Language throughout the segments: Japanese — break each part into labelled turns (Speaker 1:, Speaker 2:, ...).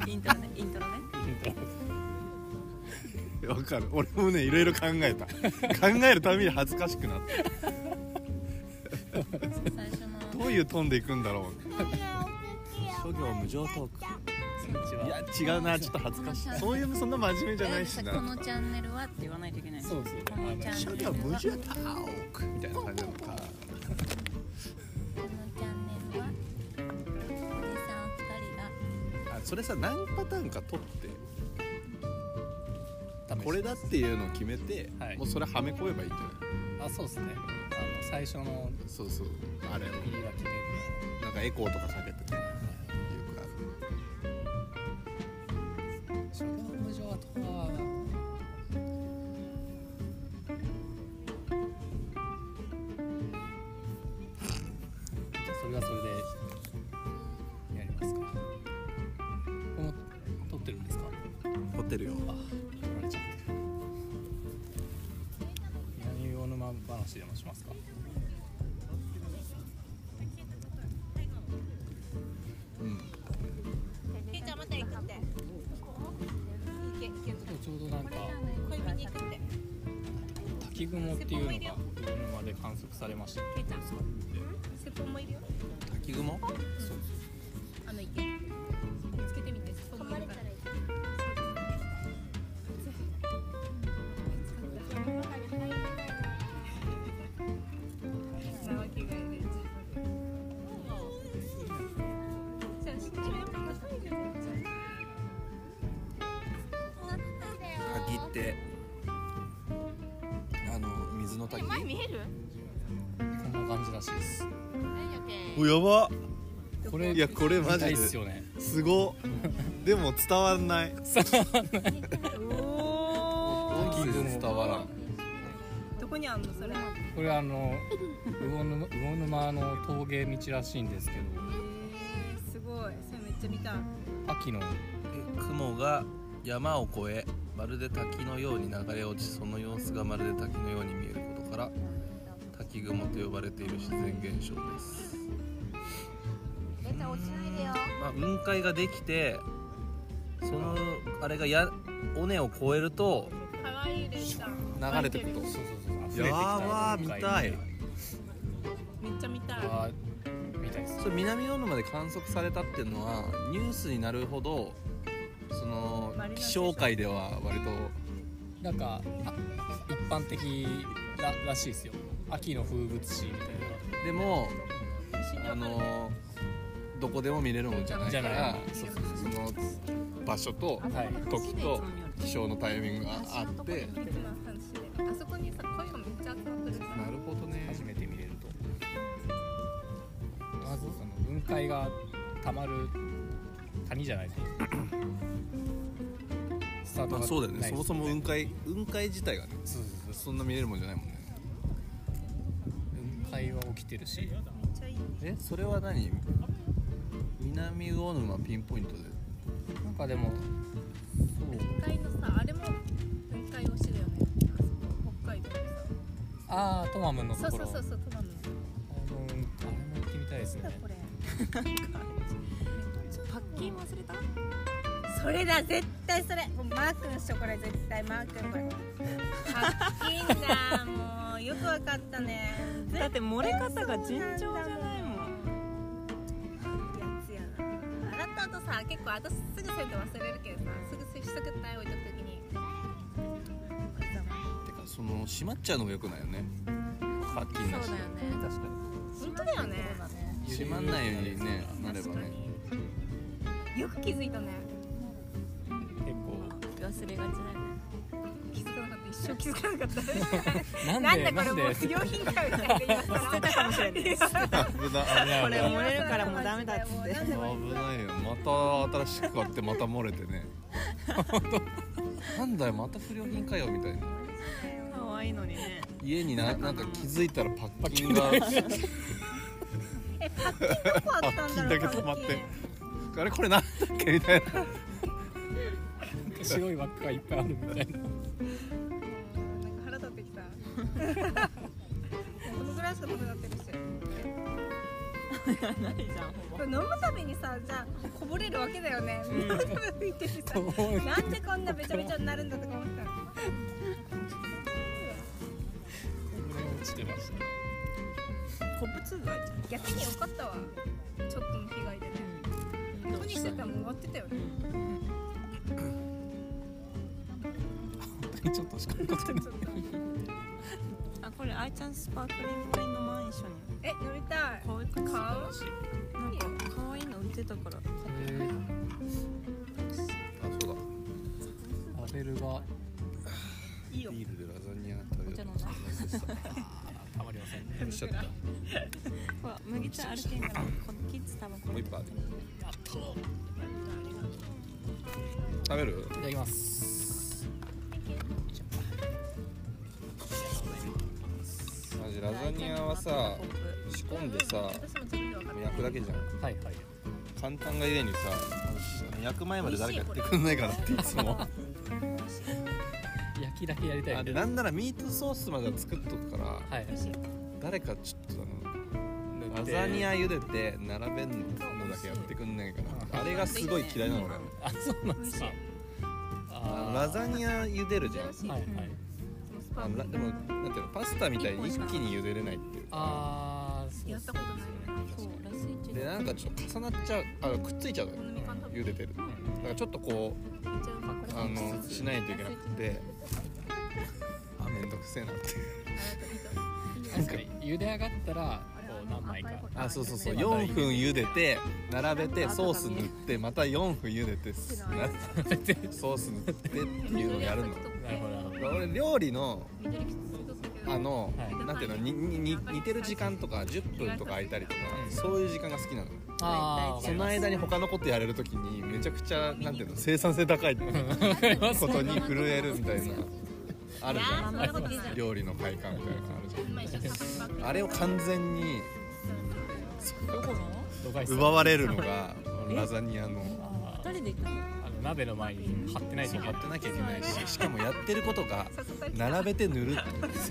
Speaker 1: イントロね。
Speaker 2: わかる。俺もねいろいろ考えた。考えるたびに恥ずかしくなった。
Speaker 1: 最初の
Speaker 2: どういうトーンでいくんだろう。諸行無常トーク。いや違うな、ちょっと恥ずかしい。そんな真面目じゃないしな。
Speaker 1: このチャンネルはって言わないといけない。
Speaker 3: そうですよね。
Speaker 1: このチャン
Speaker 2: 諸
Speaker 1: ネル
Speaker 2: 行無常トークみたいな感じなのか。
Speaker 1: このチャンネルはおじさん2人が
Speaker 2: それさ何パターンか取ってこれだっていうのを決めて、
Speaker 3: はい、
Speaker 2: もうそれはめ込めばいいんじゃない？
Speaker 3: あ、そうですね。最初の
Speaker 2: そうあれを
Speaker 3: 言い訳で
Speaker 2: なんかエコーとかかけてね、
Speaker 3: 諸行無常とはそれはそれでやりますか。この撮ってるんですか？
Speaker 2: ホテルよ。
Speaker 3: あ、撮られちゃってる。南魚沼話でもしますか？ちょうどなんか滝雲っていうのが魚沼で観測されました。
Speaker 1: ケイちゃん、スッポンもいるよ。
Speaker 2: 滝雲？
Speaker 3: そう
Speaker 1: 池見つけてみて。スッポンもいるから。
Speaker 2: 滝って水の滝？
Speaker 1: 前見える？
Speaker 3: こんな感じらしいです。
Speaker 2: お、やば。
Speaker 3: これ
Speaker 2: いやこれマジで
Speaker 3: 見たいっすよね。
Speaker 2: すご。でも伝わんない。
Speaker 1: お
Speaker 2: 音声で伝わらん。
Speaker 1: どこにあんのそれ？
Speaker 3: これ魚沼の峠道らしいんですけど、
Speaker 1: すごい。それめっちゃ見た。
Speaker 3: 秋の
Speaker 2: 雲が山を越えまるで滝のように流れ落ち、その様子がまるで滝のように見えることから滝雲と呼ばれている自然現象です。まあ、雲海ができてそのあれが尾根を越えると流れてくと。やばー、見たい。
Speaker 1: めっちゃ見たい。
Speaker 3: 見たいです。
Speaker 2: それ南魚沼で観測されたっていうのはニュースになるほどその気象界では割と
Speaker 3: なんか一般的らしいですよ。秋の風物詩みたいな。
Speaker 2: でもどこでも見れるもんじゃないからその場所と時と気象のタイミングがあって。
Speaker 1: あそこにさ声がめっちゃ集まってるさ。
Speaker 2: なるほどね。
Speaker 3: 初めて見れるとまずその雲海がたまる谷じゃないとスタートがないですね。
Speaker 2: そうだよね。そもそも雲海自体がねそんな見れるもんじゃないもんね。
Speaker 3: 雲海は起きてるし。
Speaker 2: それは何？南魚沼ピンポイントで
Speaker 3: なんかでも
Speaker 1: 雲海のさあれも雲海推しだよね。北海道のさ
Speaker 3: あートマムのところ。
Speaker 1: そうトマム。
Speaker 3: あれも行ってみたいですね。
Speaker 1: これパッキン忘れた？それだ、絶対それ。もうマー君っしょこれ、絶対マー君これ。パッキンだ、もうよくわかったね。だって漏れ方が尋常じゃないもん。やつやな。洗った後さ、結構あとすぐせんと忘れるけどさ、すぐしとくったい置いとくときに。
Speaker 2: てかその閉まっちゃうのが良くないよね。パッキンなし。
Speaker 1: そうだよね。
Speaker 2: 確かに。
Speaker 1: 本当だよね。
Speaker 2: 閉まんないようにねなればね。
Speaker 1: よく気づいたね。
Speaker 3: 結構
Speaker 1: 忘れがちだよね。気づかなかった。一生気づかなかった。
Speaker 3: なんで
Speaker 1: これもう不良品かよみたいな言いますから。捨てたかもしれない。
Speaker 2: 危ない。
Speaker 1: これ漏れるからもうダメだっつって。
Speaker 2: 危ないよ。また新しく買ってまた漏れてね。なんだよまた不良品かよみたいな。
Speaker 1: 可愛いのにね。
Speaker 2: 家になんか気づいたらパッキンが
Speaker 1: パッキンどこあったんだろう。
Speaker 2: パッキンだけ止まって。あれこれなんだっけみたいな。
Speaker 3: 白い輪っかがいっぱいあるみたいな。
Speaker 1: なんか腹立ってきた。このぐらいしか食べなってるし。ないじゃん。これ飲むたびにさ、じゃあこぼれれるわけだよね。拭いててさ、なんでこんなべちゃべちゃになるんだとか思ったの。
Speaker 3: 落ちてました。
Speaker 4: コップ2が
Speaker 1: 逆によかったわ。ちょっとの被害でね。トニーしてたらもう終わってたよね。
Speaker 3: 本当にちょっとしか残ってない。
Speaker 4: あ、これアイちゃんスパークリングワインのマン一緒に
Speaker 1: え、乗りたい。
Speaker 4: 可愛く
Speaker 1: 買う？
Speaker 4: なんか可愛いの売ってたから
Speaker 2: あ、そうだ。
Speaker 3: ラベルが
Speaker 4: いいよ。
Speaker 2: ビールでラザニア食べようとしてた。
Speaker 3: たまりませんね。
Speaker 2: どうしちゃった。
Speaker 4: ほら麦茶あるけんからこのキッズ多分これ
Speaker 2: もう一杯ある。
Speaker 3: やっと。
Speaker 2: 食べる？
Speaker 3: いただきます。
Speaker 2: マジラザニアはさ、仕込んでさ、
Speaker 1: 私も自分で分かる。
Speaker 2: 焼くだけじゃん。
Speaker 3: はいはい。
Speaker 2: 簡単がゆえにさ、焼く前まで誰かやってくんないかなっていつも。
Speaker 3: 焼きだけやりたい
Speaker 2: あで
Speaker 3: みたいな。
Speaker 2: なんならミートソースまでは作っとくから、
Speaker 3: はい。
Speaker 2: 誰かちょっとラザニア茹でて並べんのだけやってくんないかな。あれがすごい嫌いなの俺。
Speaker 3: あ、そうなんですか。
Speaker 2: ラザニア茹でるじゃん。
Speaker 3: はいはい。
Speaker 2: でもなんていうの、パスタみたいに一気に茹でれないっていうか。
Speaker 3: ああ、そう
Speaker 1: やったことないよね。
Speaker 4: そうラスイチ
Speaker 2: でなんかちょっと重なっちゃう、くっついちゃうのよ。茹でてる。だからちょっとこうしないといけなくて、めんどくせえなって。
Speaker 3: 確かに茹で上がったらこう何枚か。
Speaker 2: あ、そうそうそう。4分茹でて並べてソース塗ってまた4分茹でてソース塗ってっていうのをやるの。
Speaker 3: なるほどなるほど。
Speaker 2: 俺料理の
Speaker 3: はい
Speaker 2: なんていうの似てる時間とか10分とか空いたりとか、そういう時間が好きなの。
Speaker 3: ああ、
Speaker 2: その間に他のことやれるときにめちゃくちゃなんていうの、生産性高いことに震えるみたいなあるじゃん。料理の快感みたいなのあるじゃん。あれを完全に奪われるのがラザニアの。
Speaker 4: 2人で行ったの？
Speaker 3: 鍋の前に貼ってないといけない。
Speaker 2: 貼ってなきゃいけないし、しかもやってることが並べて塗るっていう
Speaker 3: 割と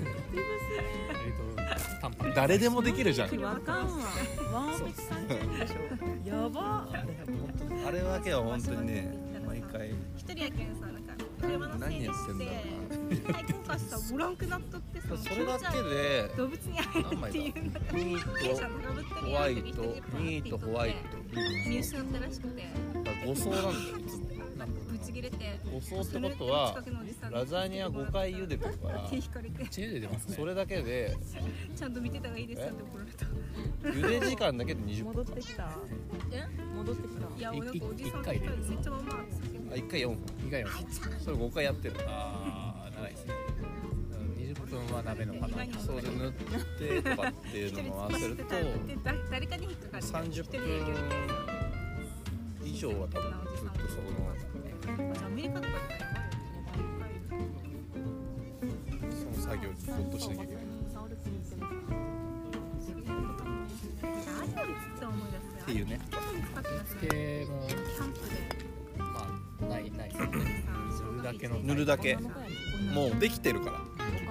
Speaker 3: 淡白。
Speaker 2: 誰でもできるじゃん。
Speaker 4: わかんわ。ワンオペ30円でしょ。やば。
Speaker 2: あれだけは本当にね、毎回
Speaker 1: 一人やけんさ、なんか車の整理して最近かさおらんくなっとってさ、
Speaker 2: それだけで
Speaker 1: 動物に会えるっていうのが
Speaker 2: ミートホワイト、ミートホワイト、
Speaker 1: 見失ったらしくて
Speaker 2: 5層なんだよいつも。
Speaker 1: ぶち切れて、
Speaker 2: 5層ってことはラザニア5回茹でてるから、
Speaker 1: 手引かれて
Speaker 3: チェーで出ますね。
Speaker 2: それだけで
Speaker 1: ちゃんと見てた方がいいですよって怒られた。
Speaker 2: 茹で時間だけで20分。
Speaker 4: 戻ってきた。戻ってきた。
Speaker 1: いや、俺なんかおじさんみたいにめっちゃまんま
Speaker 2: あ、1回4分。
Speaker 3: 意外は。
Speaker 2: それ5回やってる。
Speaker 3: ああ、長いですね。20分は鍋のパターン。
Speaker 2: そうで塗ってとかっていうのも合わせると
Speaker 1: 誰かに引っかかる。
Speaker 2: 30分以上は多分ずっとその
Speaker 1: アメリカとかで
Speaker 2: その作業にずっとしなきゃいけない。っていうね。
Speaker 3: 系もまあないですね。塗るだけの。
Speaker 2: 塗るだけ。もうできてるから。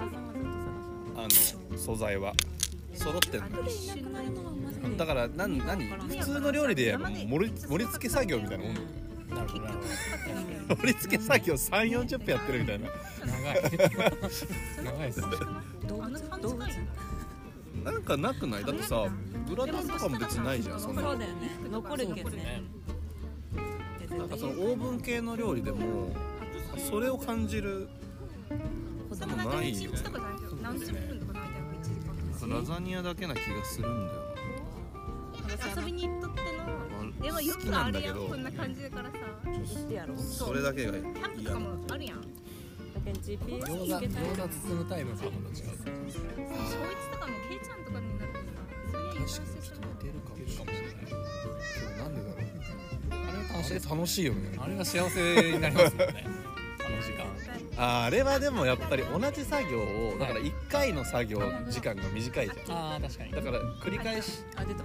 Speaker 2: 素材は揃ってるの。だから何普通の料理でやれば盛り付け作業みたいなもん。
Speaker 3: なるほどなるほ
Speaker 2: 盛り付け作業3、40分やってるみたいな。
Speaker 3: ど。長い。長いですね。
Speaker 4: 動物？
Speaker 2: なんかなくない？だってさ、グラタンとかも別にないじゃん。そんな。
Speaker 4: そうだよね。残るけどね。
Speaker 2: なんかそのオーブン系の料理でもそれを感じることもないよね。
Speaker 1: 何十分とかないじゃん、1時間。
Speaker 2: ラザニアだけな気がするんだよ。
Speaker 1: 遊びに行っとっての。でもよくあれやん、こんな感じだからさ。
Speaker 2: それだけが
Speaker 1: キャンプとかもあるやん。
Speaker 4: GPS
Speaker 3: 餃子包むタイムさんも違う。
Speaker 1: 小一とかもケイちゃんとかになるとさ、それ
Speaker 2: 確かに人似てるかもしれない。今日なんでだろう。あれ楽しいよね。
Speaker 3: あれは幸せになりますよね。あの時間。
Speaker 2: あれはでもやっぱり同じ作業をだから1回の作業時間が短いじゃん。
Speaker 3: ああ確かに。
Speaker 2: だから繰り返し
Speaker 4: あ、出た。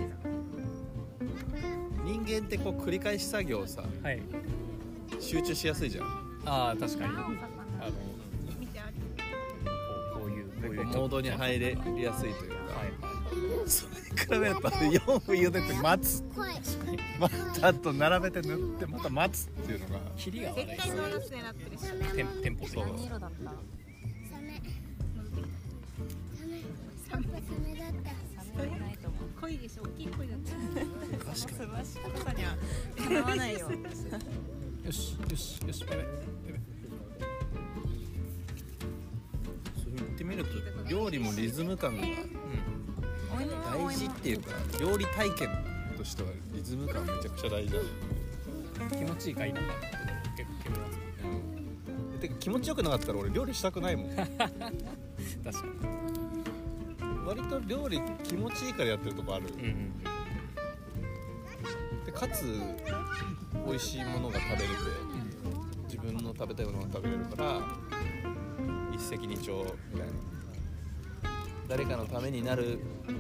Speaker 2: 人間ってこう繰り返し作業をさ
Speaker 3: はい。
Speaker 2: 集中しやすいじゃん。
Speaker 3: ああ確かに。
Speaker 1: 見てある。
Speaker 3: こういう
Speaker 2: モードに入れやすいというか、
Speaker 3: はいはい。
Speaker 2: それに比べると4分茹でて待つ、またあと並べて塗ってまた待つっていうのが
Speaker 3: 切りが悪い
Speaker 1: 絶対ドーナツ狙ってるし。
Speaker 3: テンポ的に
Speaker 1: 何色だった？サメないと思う。濃いでしょ。大きい濃いだった。
Speaker 4: すばし方さにはかなわないよ。
Speaker 3: よしよしよし、ベベベベ。
Speaker 2: そう言ってみると料理もリズム感が大事っていうか、料理体験としてはリズム感めちゃくちゃ大事だね。
Speaker 3: 気持ちいいか否か結構決めます。
Speaker 2: てか気持ちよくなかったら俺料理したくないもん。
Speaker 3: 確かに。
Speaker 2: 割と料理気持ちいいからやってるとこある。でかつ美味しいものが食べれて、自分の食べたいものが食べれるから一石二鳥みたいな。誰かのためになる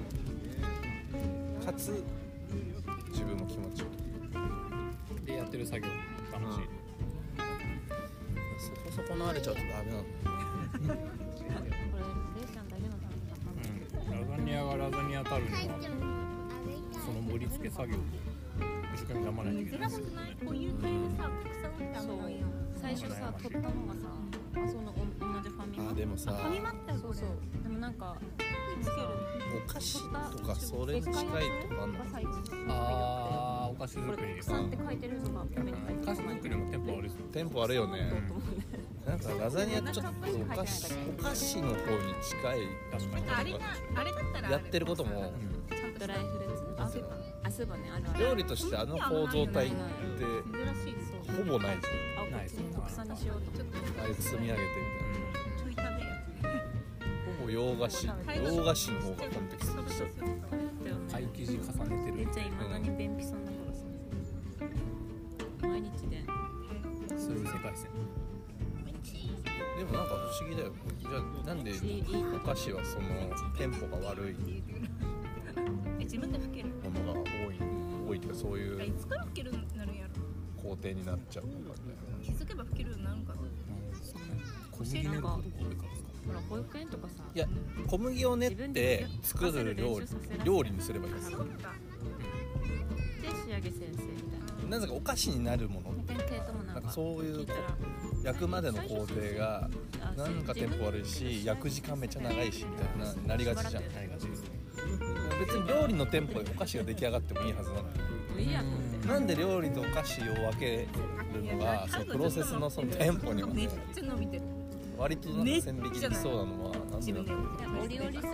Speaker 2: かつ自分も気持ちよい
Speaker 3: でやってる作業楽しい。
Speaker 2: そこそこのあれちゃうとダメなの。
Speaker 1: これレイちゃんだけのために
Speaker 3: ラザニアがラザニアたるにはその盛り付け作業を一生懸命頑張らないといけない。
Speaker 1: 珍しくない？こういう系さ、たくさん置いてあるのよ。最初さ、取ったのがさ、その同じファミマ。
Speaker 2: でもさ、
Speaker 1: ファミマってそうそう。でもなんかつける。
Speaker 2: お菓子とかそれに近いとかあんの？
Speaker 3: あー、お菓子作り。
Speaker 1: これたくさんって書いてるのが目に入って
Speaker 3: お菓子作りもテンポ悪いですよ。
Speaker 2: テンポ悪いよね。なんかラザニアちょっとお菓子の方に近い。
Speaker 3: 確かに。
Speaker 1: あれだったら
Speaker 2: やってることも
Speaker 1: ドライフルーツ、あ、スーパーね、
Speaker 2: 料理としてあの構造体って
Speaker 1: 珍しいそう。
Speaker 2: ほぼないじ
Speaker 3: ないですね。
Speaker 1: 国産にしようと思って。
Speaker 2: ゃん。あれ積み上げてみたいな。
Speaker 1: ちょい食べや。
Speaker 2: ほぼ洋菓子の方がコンテキストにしちゃう。
Speaker 3: パイ生地重ねてる。
Speaker 1: めっちゃ今何便秘さんだからさ。毎日で。
Speaker 3: そういう世界線。
Speaker 2: でもなんか不思議だよね。じゃあなんでお菓子はそのテンポが悪い
Speaker 1: 自分で吹ける。
Speaker 2: ものが多いというか、そういう
Speaker 1: いつから吹けるようになるんやろ。
Speaker 2: 工程になっちゃうのかね。
Speaker 1: 気づけば吹けるようになるんかな。
Speaker 3: 小麦練ることが多いからですか。
Speaker 1: ほら保育園とかさ。
Speaker 2: いや、小麦を練って作る料理にすればいいですよ。
Speaker 1: そうか。で仕上げ先生みたいな。
Speaker 2: なぜかお菓子になるもの、なんかそういう焼くまでの工程がなんかテンポ悪いし、焼く時間めっちゃ長いしみたいななりがちじゃん。
Speaker 3: なりがちですね。
Speaker 2: 別に料理のテンポでお菓子が出来上がってもいいはずなのに、
Speaker 1: いいやと思って。
Speaker 2: なんで料理とお菓子を分けるのがそのプロセスのそのテンポにはね
Speaker 1: めっちゃ伸びてる。
Speaker 2: 割となんか線引きできそうなのはなんでだろう。
Speaker 1: オリオリする練習やろ。こうや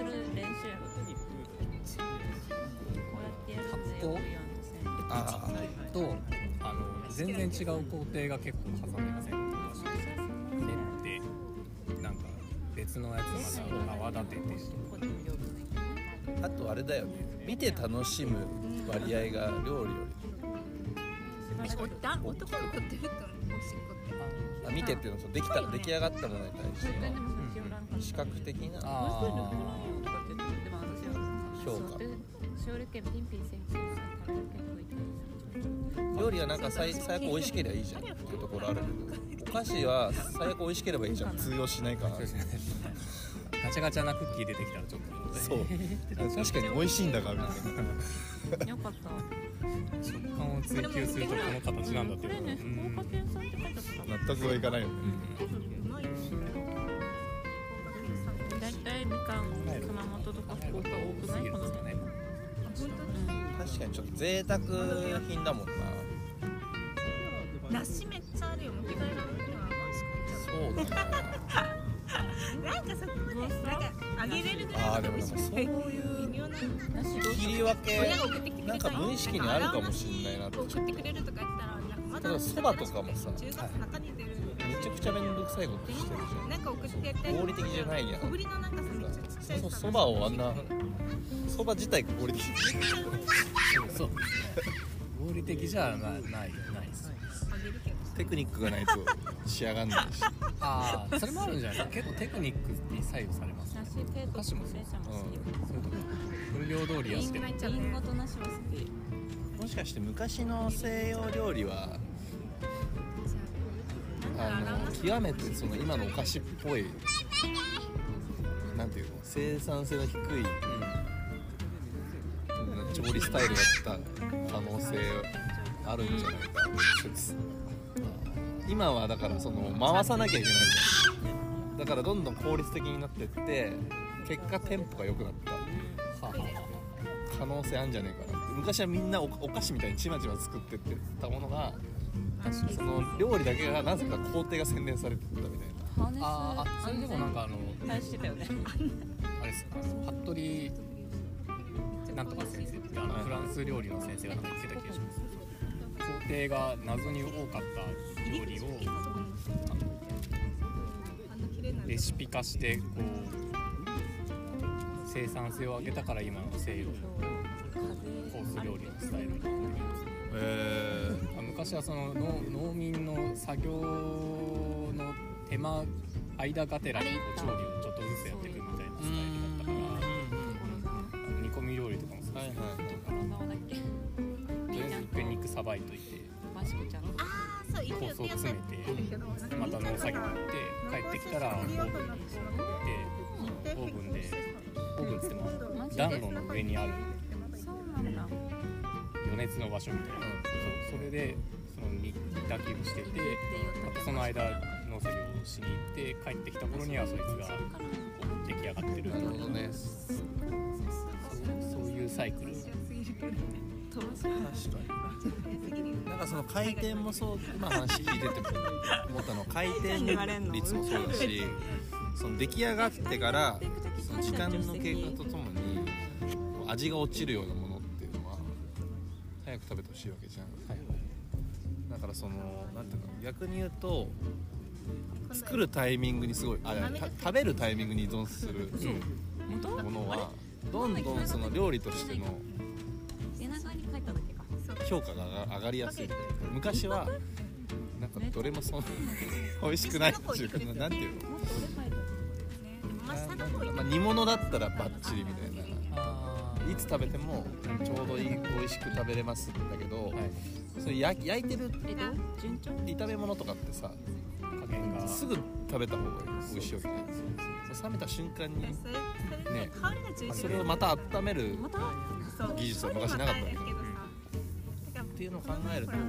Speaker 1: ってやるんだよ。
Speaker 2: あ
Speaker 3: と全然違う工程が結構重ねません。練ってなんか別のやつまで泡立てて。
Speaker 2: あとあれだよね、見て楽しむ割合が料理より
Speaker 1: 男の子って言うかおしっこって。
Speaker 2: 見てっていうのは出来上がったものに対しての視覚的な評価。料理はなんか最悪美味しければいいじゃんっていうところあるけど、お菓子は最悪美味しければいいじゃん通用しないから
Speaker 3: ガチャガチャなクッキー出てきたらちょっと
Speaker 2: そう確かに美味しいんだがみたいな。
Speaker 1: よかった。
Speaker 3: 食感を追求するとこの形なんだっていうのが
Speaker 2: 納得はいかないよね。
Speaker 1: だいたいみかん熊本とか福岡多くないこの辺。
Speaker 2: 確かにちょっと贅沢品だもんな。
Speaker 1: 梨めっちゃあるよ。持って帰られるのは
Speaker 2: そうだね。
Speaker 1: なんかさ、なんかあげれるぐらいの
Speaker 2: でもなんかそういう
Speaker 1: 微妙な梨
Speaker 2: 切り分け
Speaker 1: 親が送ってきてくれた
Speaker 2: なんか無意識にあるかもしれないなって。
Speaker 1: 送ってくれるとか言ったらなんかまだ
Speaker 2: ただそばとかもさ
Speaker 1: 10月中に出る
Speaker 2: めちゃくちゃ面倒くさいことしてるじゃん。
Speaker 1: なんか送ってやったり
Speaker 2: 合理的じゃないやん。
Speaker 1: 小ぶりのなんかさめっちゃちっちゃい
Speaker 2: そばをあんなそば自体が合理的
Speaker 3: そう合理的じゃないです
Speaker 1: あげるけど
Speaker 2: テクニックがないと仕上がんないし。
Speaker 3: ああそれもあるんじゃないですか。結構テクニックに左右されます。
Speaker 1: 梨系と
Speaker 3: お菓子もそうそういうとこ分量通りやってる。
Speaker 1: リンゴと梨は好き。
Speaker 2: もしかして昔の西洋料理は極めてその今のお菓子っぽいなんていうの生産性の低い調理スタイルだった可能性あるんじゃないか説。今はだからその回さなきゃいけないんだよ。だからどんどん効率的になってって結果テンポが良くなった可能性あるんじゃねえかなって。昔はみんな お菓子みたいにちまちま作ってってたものがその料理だけがなぜか工程が洗練されてったみたいな。
Speaker 3: それでもなんか
Speaker 4: してたよね
Speaker 3: あれですか、服部なんとか先生ってフランス料理の先生がなんか言ってた気がします。工程が謎に多かった料理をレシピ化してこう生産性を上げたから今の西洋のコース料理のスタイルになってるんです。昔はその農民の作業の手間間がてらに調理をちょっとずつやっていくみたいなスタイルだったから、煮込み料理とかもそうですね。とりあえず一遍肉さばいといてコースを詰めてまた農作業やって帰ってきたらオーブンに行ってオーブンって言っても暖炉の上にある余熱の場所みたいな、それでその煮炊きをしてて、またその間農作業をしに行って帰ってきた頃にはそいつがこう出来上がってる。
Speaker 2: なるほどね。
Speaker 3: そういうサイクル。
Speaker 2: 確かに。なんかその回転もそう、今話聞いてても思ったの回転率もそうだし、その出来上がってからその時間の経過とともに味が落ちるようなものっていうのは早く食べてほしいわけじゃん。だからそのなんていうの、逆に言うと作るタイミングにすごい食べるタイミングに依存するものはどんどんその料理としての評価が上がりやすい。昔はなんかどれもそんな美味しくないっていうか、なんていうの、まあ、煮物だったらバッチリみたいな、いつ食べてもちょうどいい美味しく食べれますんだけど、それ焼いてる炒め物とかってさすぐ食べた方が美味しいわけじゃないですか。冷めた瞬間にね、それをまた温める技術は昔なかったんだけどっていうのを考えると、なん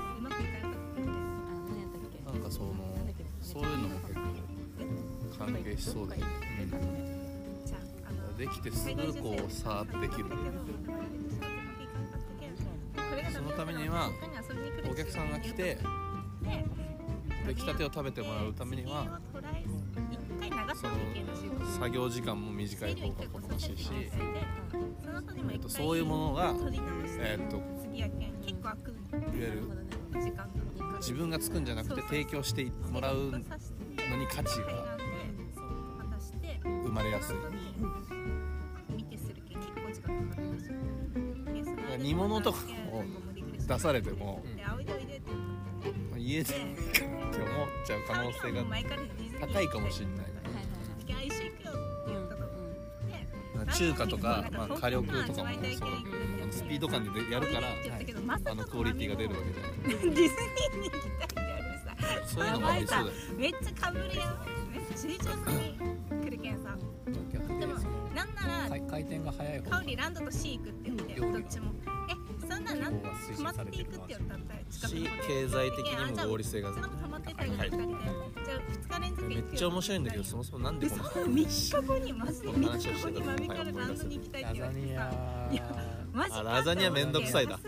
Speaker 2: かそういうのも結構関係しそうだよね。できてすぐこうさーっとできる。そのためにはお客さんが来て出来たてを食べてもらうためにはその作業時間も短い方が好ましいし、そういうものがいわゆる自分が作るんじゃなくて提供してもらうのに価値が生まれやすい。煮物とかを出されても家でって思っちゃう可能性が高いかもしれない。中華とか、まあ、火力とかもそうスピード感でやるから、クオリティが出るわけじゃない。
Speaker 1: ディズニーに行きたいってあるさ、
Speaker 2: そういうのもありそうだよ。
Speaker 1: めっちゃかぶるやん。めっちゃ成長に来るけんさ。でもなんなら
Speaker 3: 回転が早い方が
Speaker 1: カオリランドと C 行くって言ってどっちもそんななん止まっていくって言ったら近くの方で
Speaker 2: 経済的にも合理性が
Speaker 1: 止まってたり2人でじゃあ2日連続
Speaker 2: めっちゃ面白いんだけど、そもそもなんでこの
Speaker 1: 3日後にマジで3日後にマミからランドに行きたいって言われてさ、いやマジか
Speaker 2: ラザニアめんどくさいだ。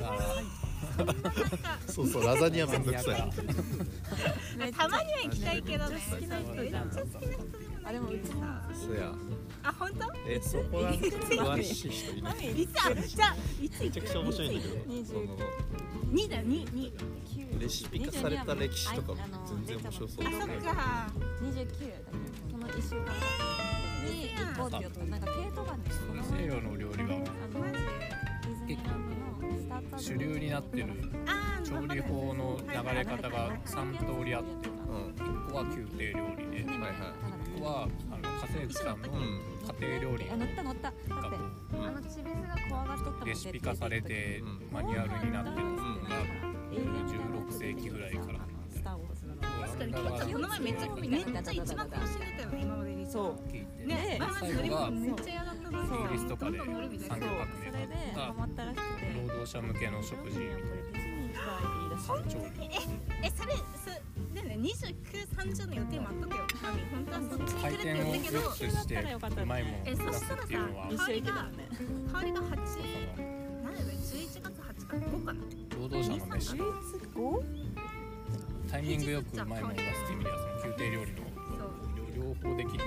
Speaker 2: そうそうラザニアめんどくさい。
Speaker 1: たまには行きたいけどね。めっちゃ好きな人でも
Speaker 4: あでもうちも
Speaker 2: そうや。
Speaker 1: あ本当？
Speaker 2: そこは詳しい人いない。
Speaker 1: いつじゃあいつ
Speaker 2: めちゃくちゃ面白いんだけど、その
Speaker 1: 2だ2
Speaker 2: レシピ化された歴史とかも全然面白そうですね。
Speaker 1: そっか。
Speaker 4: 29だけこの1週間に行こうって言ったなんか系統がね、
Speaker 3: 西洋の料理が結構主流になってる調理法の流れ方が3通りあって、1個は宮廷料理で、1個は家政婦さんの家庭料理が
Speaker 4: 乗っただってチビスが怖がっとった
Speaker 3: レシピ化されてマニュアルになってるのが16世紀ぐらいから
Speaker 1: 確かにこの前めっちゃ一番楽しんでたよね今までリス
Speaker 4: そう
Speaker 3: 聞いて、
Speaker 1: ね、まず乗り物めっちゃ嫌だったのに、
Speaker 3: イギリスとかで
Speaker 1: どんどん乗るみたいな。
Speaker 3: 産業革命
Speaker 4: それでハマったらしくて
Speaker 3: 労働者向けの食事みたいな山頂に
Speaker 1: それでね、29、30の予定もあっとけよ。マミ本当はそっちに来るって
Speaker 3: 回転を
Speaker 1: 言ったけど、
Speaker 3: 良くしてうまいもんを出すっていうのは
Speaker 4: 一緒行けたらね
Speaker 1: 香りが8、なんだろ11月8か5かな。
Speaker 3: 労働者の飯をタイミングよくうまいものを出すっていう意味ではその宮廷料理の両方できて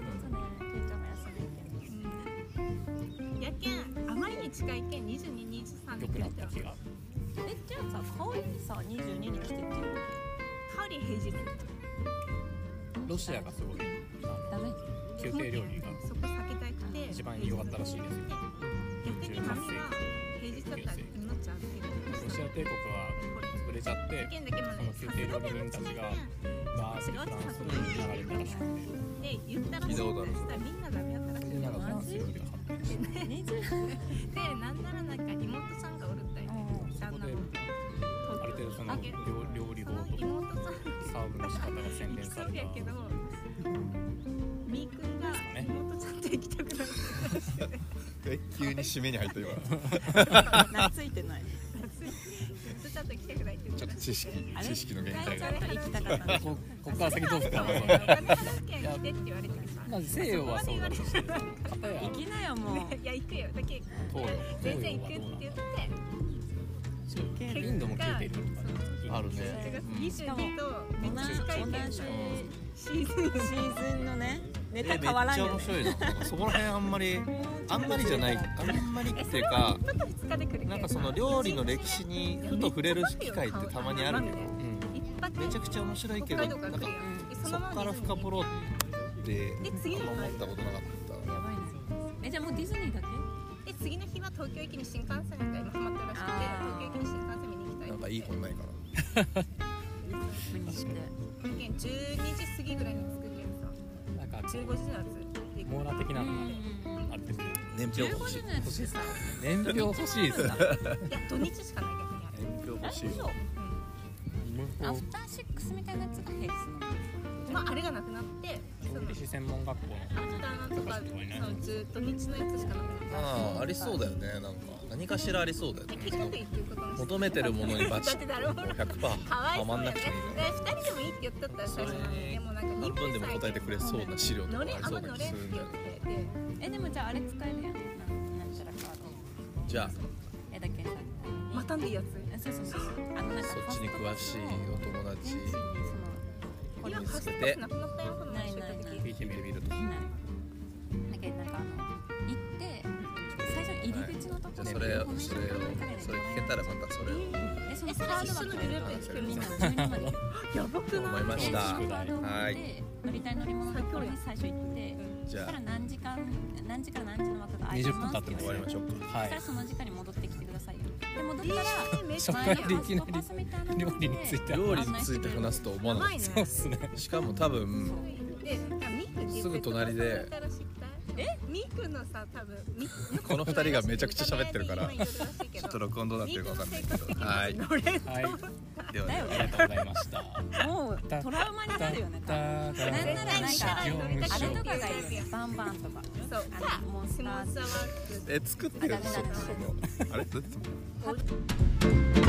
Speaker 1: やけんあまりに近いけん22、23
Speaker 3: 良くなった気が。
Speaker 4: じゃあさ香りにさ22に来てっていう
Speaker 1: 香り平日
Speaker 3: ロシアがすごい
Speaker 4: ダメ
Speaker 3: 宮廷料理が
Speaker 1: そこ避けたくて
Speaker 3: 一番良かったらしいですよ。
Speaker 1: 逆にマミは平日だったら命預ける。
Speaker 3: ロシア帝国は潰れちゃって
Speaker 1: やけんだけもね、
Speaker 3: その宮廷料理人たちがバーってフランスに流れたらしくて
Speaker 1: で言ったらしいんだしたらみんなダメやったらしい
Speaker 3: みんながフランス料理が発展して
Speaker 1: で、なんならなんか妹さんがおるったよね。
Speaker 3: そこである程度その料理法とか
Speaker 1: 妹さん
Speaker 3: サーブの仕方が洗練された
Speaker 1: やけどみーくんが妹ちゃんと行きたくなる。
Speaker 2: 急に締めに入った今
Speaker 4: 懐いてない
Speaker 1: 妹ちゃんと行きたくないって言って
Speaker 2: ちょっと知識の限界が
Speaker 4: ちょっと行きたかった
Speaker 3: ここから先どうすか
Speaker 1: お金払うけん来てって言われてさ。
Speaker 3: まず西洋はそうだとして片や
Speaker 4: 行きなよもう
Speaker 1: いや行くよ。だけ全然行くって言って
Speaker 3: インドも宮廷料理とかね
Speaker 2: あるね。
Speaker 1: 22とめっちゃ近いけど
Speaker 4: 同じ
Speaker 1: シーズン
Speaker 4: シーズンのねネタ
Speaker 2: めっち
Speaker 4: 変わらんよね
Speaker 2: ゃ面白いな。なんかそこら辺あんまりじゃない、あんまりっていうか、
Speaker 1: 2日で来るけど
Speaker 2: なんかその料理の歴史にふと触れる機会ってたまにあるけど、めちゃくちゃ面白いけど、なんかそっから深掘ろうってあんま思ったことなかった。
Speaker 4: やばいねじゃあもうディズニーだけ
Speaker 1: で次の日は東京駅に新幹線が今ハマってるらしくて、東京駅に新幹線見に行きたい。
Speaker 2: なんかいい本ないかな。
Speaker 4: 無にして
Speaker 1: 12時過ぎぐらいに着くけどさ、
Speaker 3: なんか
Speaker 1: 15時のやつ
Speaker 3: 網羅的なのがあって
Speaker 2: 年表欲しい。
Speaker 4: 15時のやつってさ
Speaker 3: 年表欲しいですか
Speaker 1: いや土日しかない逆にあれ。
Speaker 2: 年表欲しいよ。
Speaker 4: アフターシックスみたいなやつが平日なの
Speaker 1: まああれがなくなってその
Speaker 3: 歴史専門学校の
Speaker 1: アフターなんとかそのずっと日のやつしかなくなって
Speaker 2: ああ、ありそうだよね。なんか何かしらありそうだよね。
Speaker 1: 結局いいっていうことに
Speaker 2: 求めてるものにバチ
Speaker 1: だって誰も
Speaker 2: 100%
Speaker 1: かわい
Speaker 2: はま
Speaker 1: そうんやね。
Speaker 2: なくていいから。
Speaker 1: で2人でもいいって言っとったら最初にでもなんか
Speaker 2: 半分でも答えてくれそうな資料とかあ
Speaker 1: 乗れ
Speaker 2: りそうな気
Speaker 1: 乗れって
Speaker 2: するんだよ
Speaker 1: 言ってて
Speaker 4: でもじゃああれ使えるやんなんちゃらカード
Speaker 2: じゃあ
Speaker 4: だけさ
Speaker 1: またんでいいやつ
Speaker 4: そうそうなんか
Speaker 2: そっちに詳しいお友達
Speaker 4: 現地にその
Speaker 1: 今ファストパスなくなったよこの前一緒に行った時
Speaker 2: 聞いてみると。
Speaker 4: ないだけどなんか行って最初入り口のところ
Speaker 2: それ聞けたらまたそれを
Speaker 4: その
Speaker 1: それ
Speaker 4: カードは
Speaker 1: 一緒のグループで聞ける
Speaker 4: みんな
Speaker 1: の
Speaker 4: 12まで
Speaker 1: やばく
Speaker 2: 思い
Speaker 1: ない
Speaker 2: ました。
Speaker 4: カードを持っ
Speaker 2: はい
Speaker 4: て乗りたい乗り物のところに最初行って
Speaker 2: じゃあ
Speaker 4: そしたら何時から何時の枠が空いて
Speaker 3: 20分
Speaker 4: ますって
Speaker 3: 経ってます
Speaker 2: 終わりましょうか。
Speaker 3: はい
Speaker 4: そしたらその時間に戻ってきてくださいよで戻ったら
Speaker 1: めっちゃ
Speaker 3: 初回でいきなり
Speaker 4: ファストパスみたいなので
Speaker 3: 料理について
Speaker 2: 料理について話すと思わなかっ
Speaker 1: やばいね
Speaker 3: そうっすね
Speaker 2: た。しかも多分
Speaker 1: でミクって
Speaker 2: すぐ隣で
Speaker 1: ミクのさ多分
Speaker 2: この二人がめちゃくちゃ喋ってるから
Speaker 1: ちょ
Speaker 2: ちょっと録音どうなってるかわかんないけど。はい。
Speaker 3: はい
Speaker 2: では
Speaker 4: だよ
Speaker 3: ありがとうございました
Speaker 4: もうトラウマになるよねなんならなんかあれとかがいいよねバンバンとか
Speaker 1: そう
Speaker 4: モンスター
Speaker 1: スモーツアワーク
Speaker 2: 作ってるそのあれどうやって